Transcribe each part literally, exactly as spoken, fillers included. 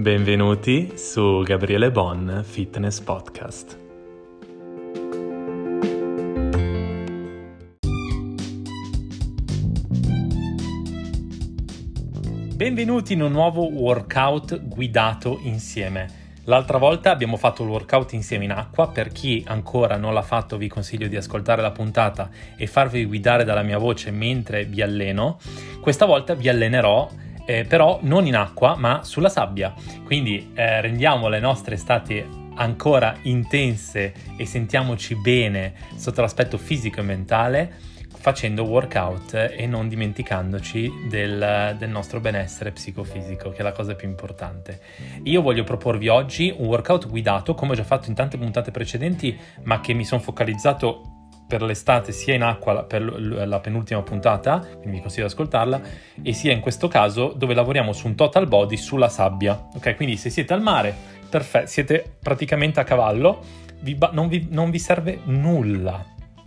Benvenuti su Gabriele Bon Fitness Podcast. Benvenuti in un nuovo workout guidato insieme. L'altra volta abbiamo fatto il workout insieme in acqua. Per chi ancora non l'ha fatto vi consiglio di ascoltare la puntata e farvi guidare dalla mia voce mentre vi alleno. Questa volta vi allenerò Eh, però non in acqua ma sulla sabbia, quindi eh, rendiamo le nostre estati ancora intense e sentiamoci bene sotto l'aspetto fisico e mentale facendo workout e non dimenticandoci del, del nostro benessere psicofisico, che è la cosa più importante. Io voglio proporvi oggi un workout guidato, come ho già fatto in tante puntate precedenti, ma che mi sono focalizzato per l'estate sia in acqua per la penultima puntata, quindi vi consiglio di ascoltarla, e sia in questo caso dove lavoriamo su un total body sulla sabbia. Ok, quindi se siete al mare, perfetto, siete praticamente a cavallo, vi ba- non, vi, non vi serve nulla,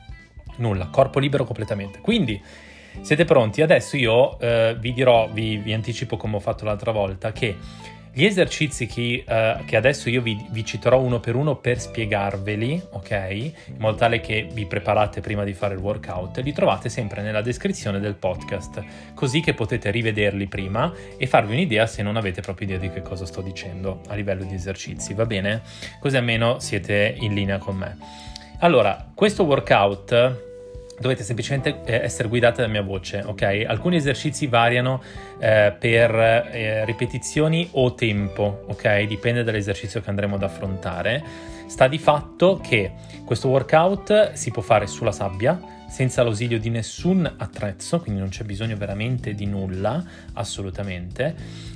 nulla, corpo libero completamente. Quindi siete pronti? Adesso io eh, vi dirò, vi, vi anticipo come ho fatto l'altra volta, che gli esercizi che, uh, che adesso io vi, vi citerò uno per uno per spiegarveli, ok? In modo tale che vi preparate prima di fare il workout, li trovate sempre nella descrizione del podcast, così che potete rivederli prima e farvi un'idea se non avete proprio idea di che cosa sto dicendo a livello di esercizi, va bene? Così almeno siete in linea con me. Allora, questo workout dovete semplicemente essere guidati dalla mia voce, ok? Alcuni esercizi variano eh, per eh, ripetizioni o tempo, ok? Dipende dall'esercizio che andremo ad affrontare. Sta di fatto che questo workout si può fare sulla sabbia, senza l'ausilio di nessun attrezzo, quindi non c'è bisogno veramente di nulla, assolutamente,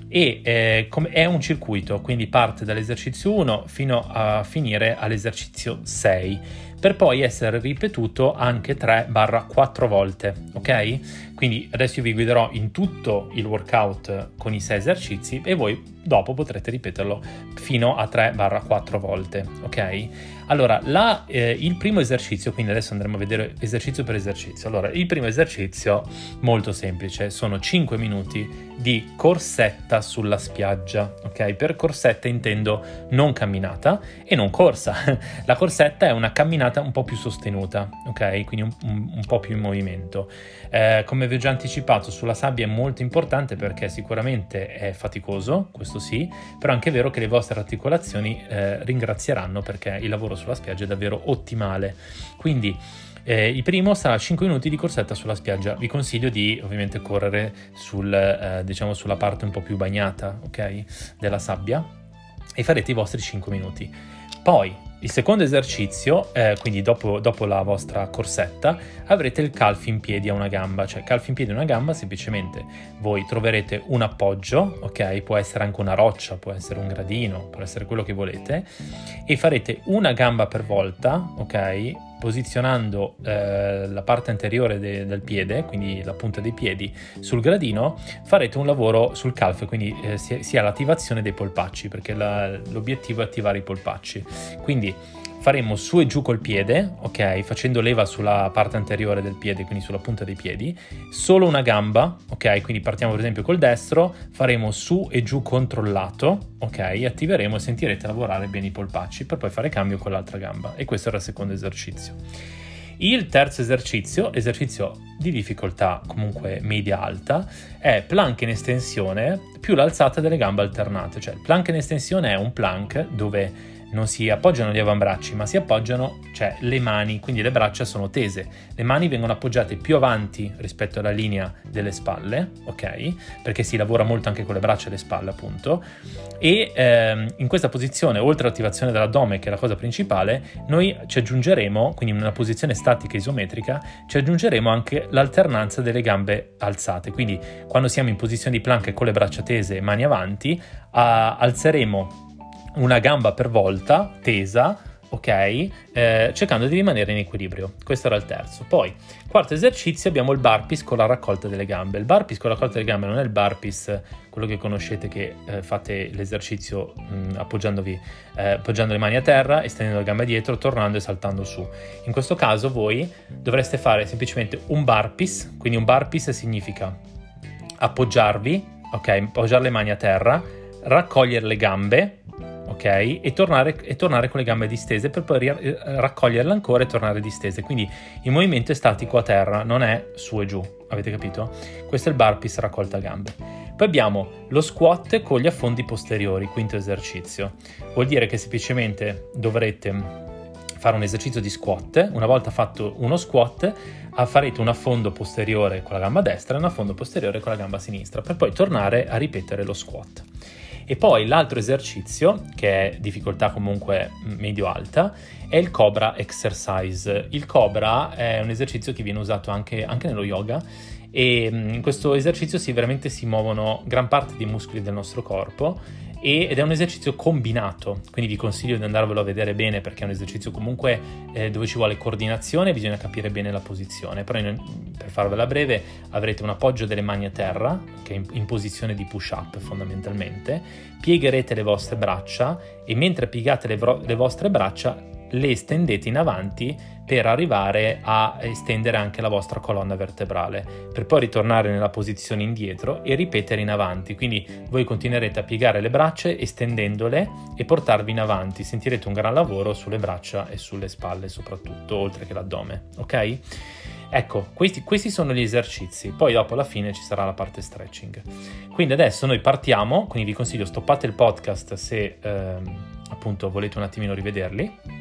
e eh, com- è un circuito, quindi parte dall'esercizio uno fino a finire all'esercizio sei, per poi essere ripetuto anche tre quattro volte, ok? Quindi adesso io vi guiderò in tutto il workout con i sei esercizi e voi dopo potrete ripeterlo fino a tre quattro volte, ok? Allora, la, eh, il primo esercizio, quindi adesso andremo a vedere esercizio per esercizio. Allora, il primo esercizio, molto semplice, sono cinque minuti di corsetta sulla spiaggia, ok? Per corsetta intendo non camminata e non corsa. La corsetta è una camminata un po' più sostenuta, ok? Quindi un, un, un po' più in movimento. Eh, come vi ho già anticipato, sulla sabbia è molto importante perché sicuramente è faticoso, questo sì, però è anche vero che le vostre articolazioni eh, ringrazieranno perché il lavoro sulla spiaggia è davvero ottimale. Quindi eh, il primo sarà cinque minuti di corsetta sulla spiaggia. Vi consiglio di ovviamente correre sul, eh, diciamo sulla parte un po' più bagnata, ok, della sabbia, e farete i vostri cinque minuti. Poi il secondo esercizio, eh, quindi dopo, dopo la vostra corsetta, avrete il calf in piedi a una gamba, cioè calf in piedi a una gamba, semplicemente voi troverete un appoggio, ok? Può essere anche una roccia, può essere un gradino, può essere quello che volete, e farete una gamba per volta, ok? Posizionando eh, la parte anteriore de- del piede, quindi la punta dei piedi, sul gradino, farete un lavoro sul calf, quindi eh, sia, sia l'attivazione dei polpacci, perché la, l'obiettivo è attivare i polpacci. Quindi faremo su e giù col piede, ok, facendo leva sulla parte anteriore del piede, quindi sulla punta dei piedi, solo una gamba, ok, quindi partiamo per esempio col destro, faremo su e giù controllato, ok, attiveremo e sentirete lavorare bene i polpacci per poi fare cambio con l'altra gamba, e questo era il secondo esercizio. Il terzo esercizio, esercizio di difficoltà comunque media-alta, è plank in estensione più l'alzata delle gambe alternate, cioè il plank in estensione è un plank dove non si appoggiano gli avambracci, ma si appoggiano, cioè le mani, quindi le braccia sono tese. Le mani vengono appoggiate più avanti rispetto alla linea delle spalle, ok? Perché si lavora molto anche con le braccia e le spalle, appunto. E ehm, in questa posizione, oltre all'attivazione dell'addome, che è la cosa principale, noi ci aggiungeremo, quindi in una posizione statica isometrica, ci aggiungeremo anche l'alternanza delle gambe alzate. Quindi quando siamo in posizione di plank con le braccia tese e mani avanti, uh, alzeremo una gamba per volta, tesa, ok? Eh, cercando di rimanere in equilibrio. Questo era il terzo. Poi, quarto esercizio, abbiamo il burpees con la raccolta delle gambe. Il burpees con la raccolta delle gambe non è il burpees, quello che conoscete, che eh, fate l'esercizio mh, appoggiandovi, eh, appoggiando le mani a terra, estendendo le gambe dietro, tornando e saltando su. In questo caso voi dovreste fare semplicemente un burpees, quindi un burpees significa appoggiarvi, ok? Appoggiare le mani a terra, raccogliere le gambe, ok? E tornare, e tornare con le gambe distese per poi ri- raccoglierle ancora e tornare distese. Quindi il movimento è statico a terra, non è su e giù, avete capito? Questo è il burpees raccolta gambe. Poi abbiamo lo squat con gli affondi posteriori, quinto esercizio. Vuol dire che semplicemente dovrete fare un esercizio di squat. Una volta fatto uno squat, farete un affondo posteriore con la gamba destra e un affondo posteriore con la gamba sinistra, per poi tornare a ripetere lo squat. E poi l'altro esercizio, che è difficoltà comunque medio-alta, è il Cobra Exercise. Il Cobra è un esercizio che viene usato anche, anche nello yoga, e in questo esercizio si veramente si muovono gran parte dei muscoli del nostro corpo, ed è un esercizio combinato, quindi vi consiglio di andarvelo a vedere bene, perché è un esercizio comunque eh, dove ci vuole coordinazione, bisogna capire bene la posizione. Però in, per farvela breve, avrete un appoggio delle mani a terra, che è in, in posizione di push-up fondamentalmente, piegherete le vostre braccia e mentre piegate le, vo- le vostre braccia le estendete in avanti per arrivare a estendere anche la vostra colonna vertebrale, per poi ritornare nella posizione indietro e ripetere in avanti. Quindi voi continuerete a piegare le braccia estendendole e portarvi in avanti. Sentirete un gran lavoro sulle braccia e sulle spalle soprattutto, oltre che l'addome, ok? Ecco, questi, questi sono gli esercizi, poi dopo alla fine ci sarà la parte stretching. Quindi adesso noi partiamo, quindi vi consiglio stoppate il podcast se ehm, appunto volete un attimino rivederli.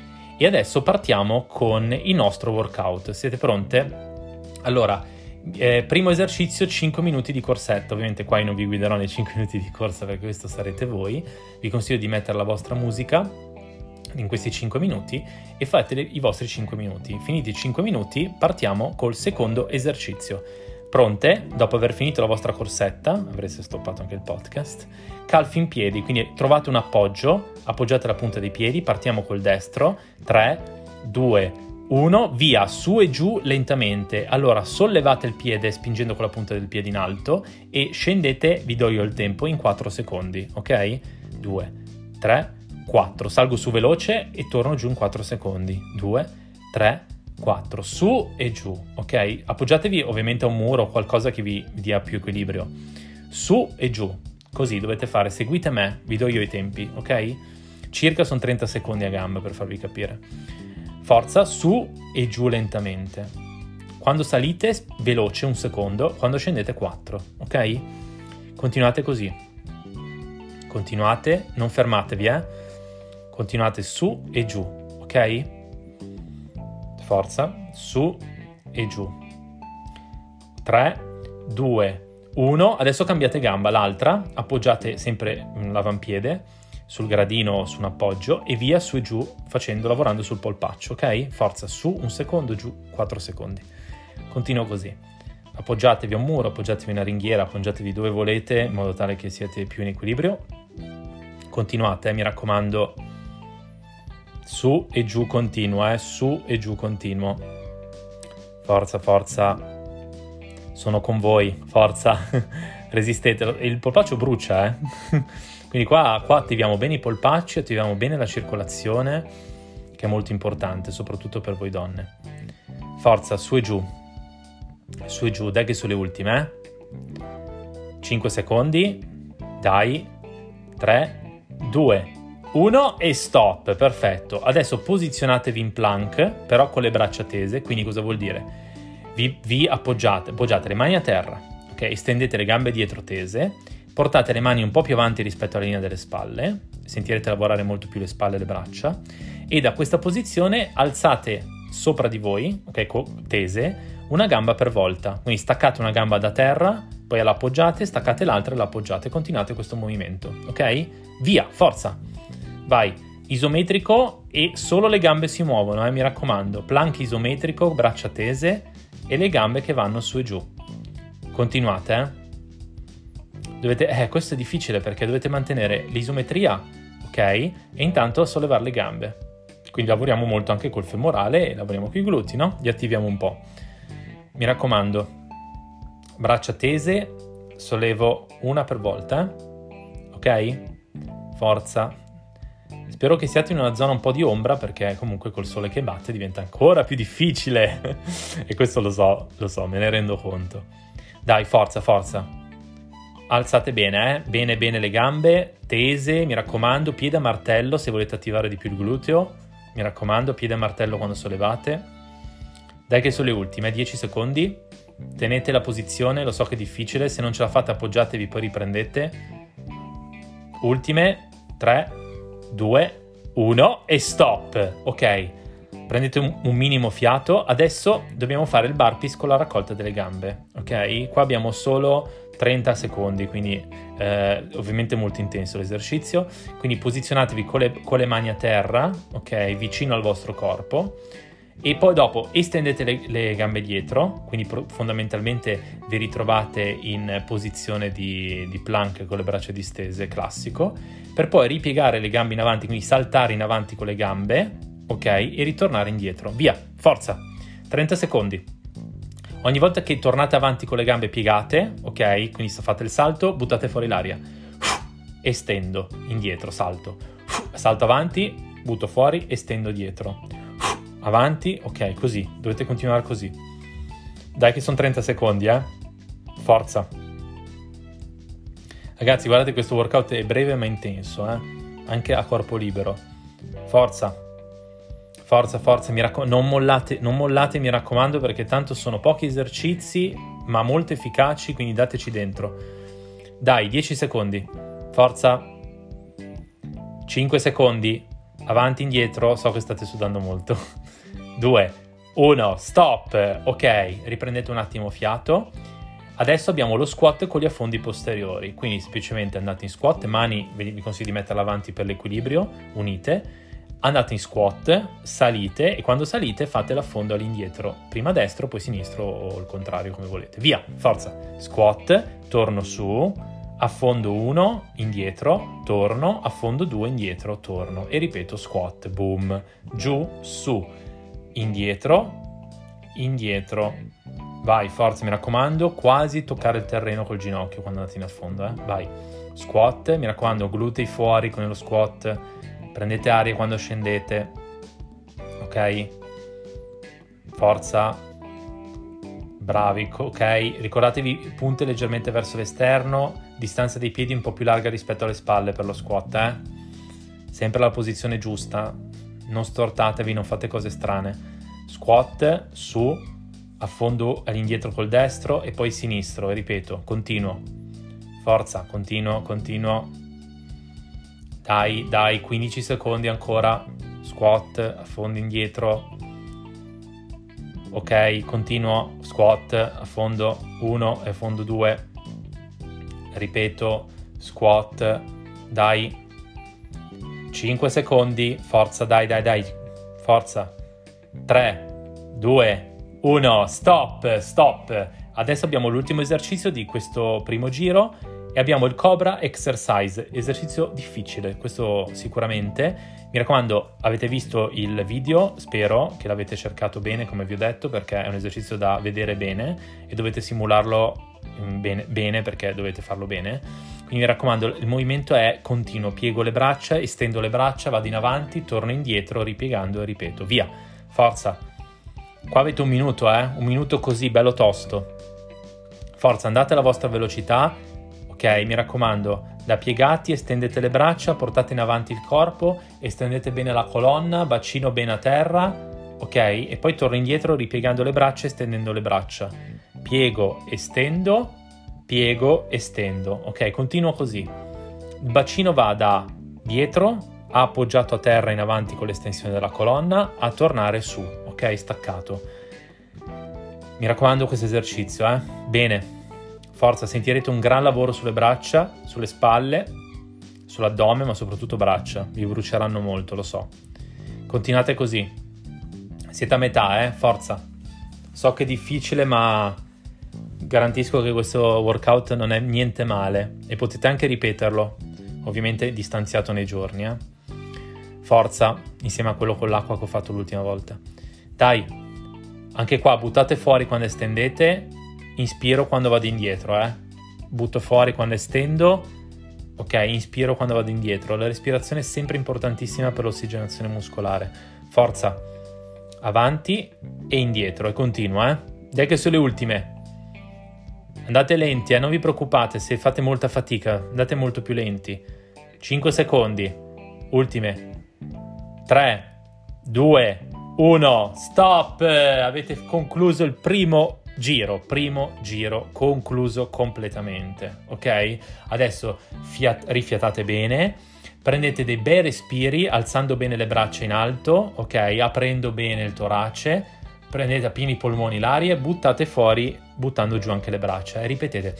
E adesso partiamo con il nostro workout. Siete pronte? Allora, eh, primo esercizio, cinque minuti di corsetta. Ovviamente qua io non vi guiderò nei cinque minuti di corsa, perché questo sarete voi. Vi consiglio di mettere la vostra musica in questi cinque minuti e fate le, i vostri cinque minuti. Finiti i cinque minuti, partiamo col secondo esercizio. Pronte? Dopo aver finito la vostra corsetta, avreste stoppato anche il podcast, calfi in piedi, quindi trovate un appoggio, appoggiate la punta dei piedi, partiamo col destro, tre, due, uno, via, su e giù lentamente. Allora sollevate il piede spingendo con la punta del piede in alto e scendete, vi do io il tempo, in quattro secondi, ok? due, tre, quattro, salgo su veloce e torno giù in quattro secondi, due, tre, quattro, su e giù, ok? Appoggiatevi ovviamente a un muro o qualcosa che vi dia più equilibrio, su e giù, così dovete fare, seguite me, vi do io i tempi, ok? Circa sono trenta secondi a gamba per farvi capire. Forza, su e giù lentamente. Quando salite, veloce un secondo, quando scendete quattro, ok? Continuate così. Continuate, non fermatevi, eh? Continuate su e giù, ok? Forza, su e giù. tre, due, uno. Adesso cambiate gamba, l'altra, appoggiate sempre l'avampiede sul gradino o su un appoggio e via su e giù facendo, lavorando sul polpaccio, ok? Forza, su un secondo, giù quattro secondi. Continuo così. Appoggiatevi a un muro, appoggiatevi a una ringhiera, appoggiatevi dove volete in modo tale che siate più in equilibrio. Continuate, eh, mi raccomando. Su e giù continua, eh? Su e giù continuo. Forza, forza. Sono con voi, forza. Resistete. Il polpaccio brucia, eh? Quindi qua, qua attiviamo bene i polpacci, attiviamo bene la circolazione, che è molto importante, soprattutto per voi donne. Forza, su e giù. Su e giù, dai che sulle ultime, eh? cinque secondi. Dai. tre, due, uno e stop, perfetto. Adesso posizionatevi in plank, però con le braccia tese, quindi cosa vuol dire? Vi, vi appoggiate, appoggiate le mani a terra, ok? Estendete le gambe dietro tese, portate le mani un po' più avanti rispetto alla linea delle spalle, sentirete lavorare molto più le spalle e le braccia, e da questa posizione alzate sopra di voi, ok, tese, una gamba per volta, quindi staccate una gamba da terra, poi la appoggiate, staccate l'altra e la appoggiate, continuate questo movimento, ok? Via, forza! Vai, isometrico e solo le gambe si muovono, eh, mi raccomando. Plank isometrico, braccia tese e le gambe che vanno su e giù. Continuate, eh. Dovete, eh, questo è difficile perché dovete mantenere l'isometria, ok? E intanto sollevare le gambe. Quindi lavoriamo molto anche col femorale e lavoriamo con i glutei, no? Li attiviamo un po'. Mi raccomando, braccia tese, sollevo una per volta, eh? Ok? Forza. Spero che siate in una zona un po' di ombra perché comunque col sole che batte diventa ancora più difficile e questo lo so, lo so, me ne rendo conto. Dai, forza, forza. alzate bene, eh? Bene bene le gambe, tese, mi raccomando, piede a martello se volete attivare di più il gluteo, mi raccomando, piede a martello quando sollevate. Dai che sono le ultime, dieci secondi, tenete la posizione, lo so che è difficile, se non ce la fate appoggiatevi, poi riprendete. Ultime, tre, due, uno e stop, ok. Prendete un, un minimo fiato, adesso dobbiamo fare il burpees con la raccolta delle gambe, ok? Qua abbiamo solo trenta secondi, quindi eh, ovviamente molto intenso l'esercizio, quindi posizionatevi con le, con le mani a terra, ok? Vicino al vostro corpo, e poi dopo estendete le, le gambe dietro, quindi pro- fondamentalmente vi ritrovate in posizione di, di plank con le braccia distese, classico, per poi ripiegare le gambe in avanti, quindi saltare in avanti con le gambe, ok, e ritornare indietro. Via, forza, trenta secondi. Ogni volta che tornate avanti con le gambe piegate, ok, quindi fate il salto, buttate fuori l'aria, estendo, indietro, salto, salto avanti, butto fuori, estendo dietro, avanti, ok, così, dovete continuare così. Dai che sono trenta secondi, eh, forza. Ragazzi, guardate, questo workout è breve ma intenso, eh, anche a corpo libero. Forza. Forza, forza, mi raccomando, non mollate, non mollate, mi raccomando, perché tanto sono pochi esercizi, ma molto efficaci, quindi dateci dentro. Dai, dieci secondi, forza, cinque secondi, avanti, indietro, so che state sudando molto, due, uno, stop, ok, riprendete un attimo fiato. Adesso abbiamo lo squat con gli affondi posteriori, quindi semplicemente andate in squat, mani, vi consiglio di metterle avanti per l'equilibrio, unite. Andate in squat, salite e quando salite fate l'affondo all'indietro, prima destro, poi sinistro o il contrario come volete. Via, forza, squat, torno su, affondo uno, indietro, torno, affondo due, indietro, torno e ripeto squat, boom, giù, su, indietro, indietro, vai, forza, mi raccomando, quasi toccare il terreno col ginocchio quando andate in affondo, eh? Vai, squat, mi raccomando, glutei fuori con lo squat. Prendete aria quando scendete, ok? Forza, bravi, ok? Ricordatevi punte leggermente verso l'esterno, distanza dei piedi un po' più larga rispetto alle spalle per lo squat, eh? Sempre la posizione giusta, non stortatevi, non fate cose strane. Squat, su, affondo all'indietro col destro e poi sinistro, e ripeto, continuo. Forza, continuo, continuo. Dai, dai, quindici secondi ancora, squat, affondo indietro, ok, continuo, squat, affondo uno e affondo due, ripeto, squat, dai, cinque secondi, forza, dai, dai, dai, forza, tre, due, uno, stop, stop. Adesso abbiamo l'ultimo esercizio di questo primo giro, e abbiamo il Cobra Exercise, esercizio difficile, questo sicuramente. Mi raccomando, avete visto il video, spero che l'avete cercato bene, come vi ho detto, perché è un esercizio da vedere bene e dovete simularlo bene, bene perché dovete farlo bene. Quindi mi raccomando, il movimento è continuo, piego le braccia, estendo le braccia, vado in avanti, torno indietro, ripiegando e ripeto. Via, forza. Qua avete un minuto, eh? Un minuto così, bello tosto. Forza, andate alla vostra velocità. Ok, mi raccomando, da piegati estendete le braccia, portate in avanti il corpo, estendete bene la colonna, bacino bene a terra, ok? E poi torno indietro ripiegando le braccia, estendendo le braccia. Piego, estendo, piego, estendo, ok? Continuo così. Il bacino va da dietro, appoggiato a terra in avanti con l'estensione della colonna, a tornare su, ok? Staccato. Mi raccomando questo esercizio, eh? Bene. Forza, sentirete un gran lavoro sulle braccia, sulle spalle, sull'addome, ma soprattutto braccia. Vi bruceranno molto, lo so. Continuate così. Siete a metà, eh? Forza. So che è difficile, ma garantisco che questo workout non è niente male. E potete anche ripeterlo, ovviamente distanziato nei giorni, eh? Forza, insieme a quello con l'acqua che ho fatto l'ultima volta. Dai, anche qua buttate fuori quando estendete. Inspiro quando vado indietro, eh. Butto fuori quando estendo. Ok, inspiro quando vado indietro. La respirazione è sempre importantissima per l'ossigenazione muscolare. Forza. Avanti e indietro. E continua, eh. Dai che sono le ultime. Andate lenti, eh, non vi preoccupate se fate molta fatica, andate molto più lenti. cinque secondi, ultime. tre, due, uno, stop! Avete concluso il primo giro, primo giro concluso completamente, ok? Adesso fiat- rifiatate bene, prendete dei bei respiri alzando bene le braccia in alto, ok? Aprendo bene il torace, prendete a pieni polmoni l'aria e buttate fuori buttando giù anche le braccia e ripetete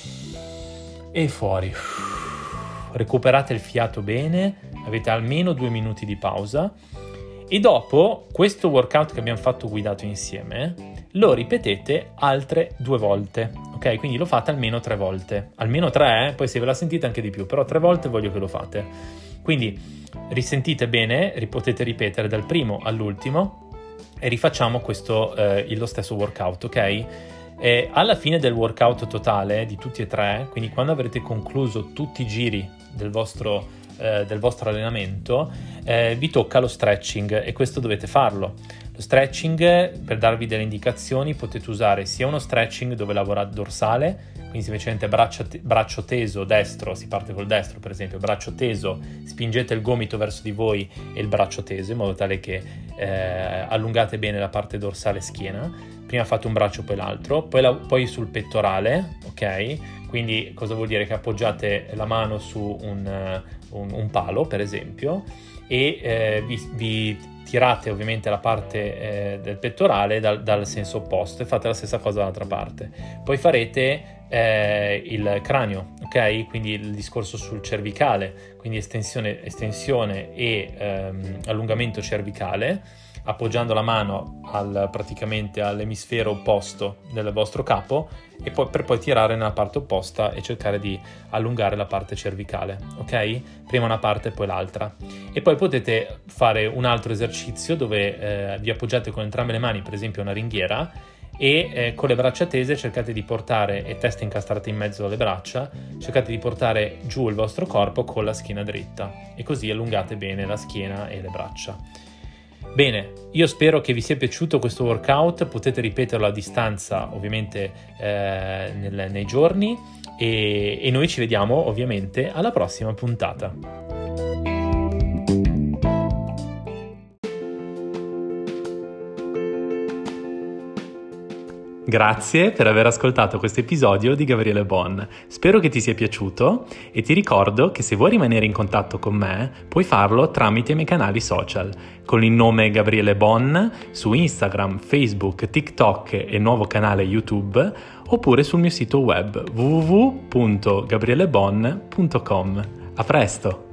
e fuori. Recuperate il fiato bene, avete almeno due minuti di pausa e dopo questo workout che abbiamo fatto guidato insieme lo ripetete altre due volte, ok? Quindi lo fate almeno tre volte, almeno tre, eh? Poi se ve la sentite anche di più, però tre volte voglio che lo fate. Quindi risentite bene, potete ripetere dal primo all'ultimo e rifacciamo questo, eh, lo stesso workout, ok? E alla fine del workout totale di tutti e tre, quindi quando avrete concluso tutti i giri del vostro, eh, del vostro allenamento, eh, vi tocca lo stretching e questo dovete farlo. Lo stretching, per darvi delle indicazioni, potete usare sia uno stretching dove lavora dorsale, quindi semplicemente braccio, braccio teso destro, si parte col destro per esempio, braccio teso, spingete il gomito verso di voi e il braccio teso in modo tale che eh, allungate bene la parte dorsale schiena. Prima fate un braccio poi l'altro, poi, la, poi sul pettorale, ok? Quindi cosa vuol dire? Che appoggiate la mano su un, un, un palo per esempio e eh, vi, vi tirate ovviamente la parte eh, del pettorale dal, dal senso opposto e fate la stessa cosa dall'altra parte. Poi farete eh, il cranio, ok? Quindi il discorso sul cervicale, quindi estensione, estensione e ehm, allungamento cervicale, appoggiando la mano al, praticamente all'emisfero opposto del vostro capo e poi per poi tirare nella parte opposta e cercare di allungare la parte cervicale, ok? Prima una parte e poi l'altra. E poi potete fare un altro esercizio dove eh, vi appoggiate con entrambe le mani, per esempio una ringhiera, e eh, con le braccia tese cercate di portare, e testa incastrate in mezzo alle braccia, cercate di portare giù il vostro corpo con la schiena dritta e così allungate bene la schiena e le braccia. Bene, io spero che vi sia piaciuto questo workout, potete ripeterlo a distanza ovviamente eh, nel, nei giorni e, e noi ci vediamo ovviamente alla prossima puntata. Grazie per aver ascoltato questo episodio di Gabriele Bon. Spero che ti sia piaciuto e ti ricordo che se vuoi rimanere in contatto con me puoi farlo tramite i miei canali social con il nome Gabriele Bon su Instagram, Facebook, TikTok e il nuovo canale YouTube oppure sul mio sito web w w w punto gabriele bon punto com. A presto!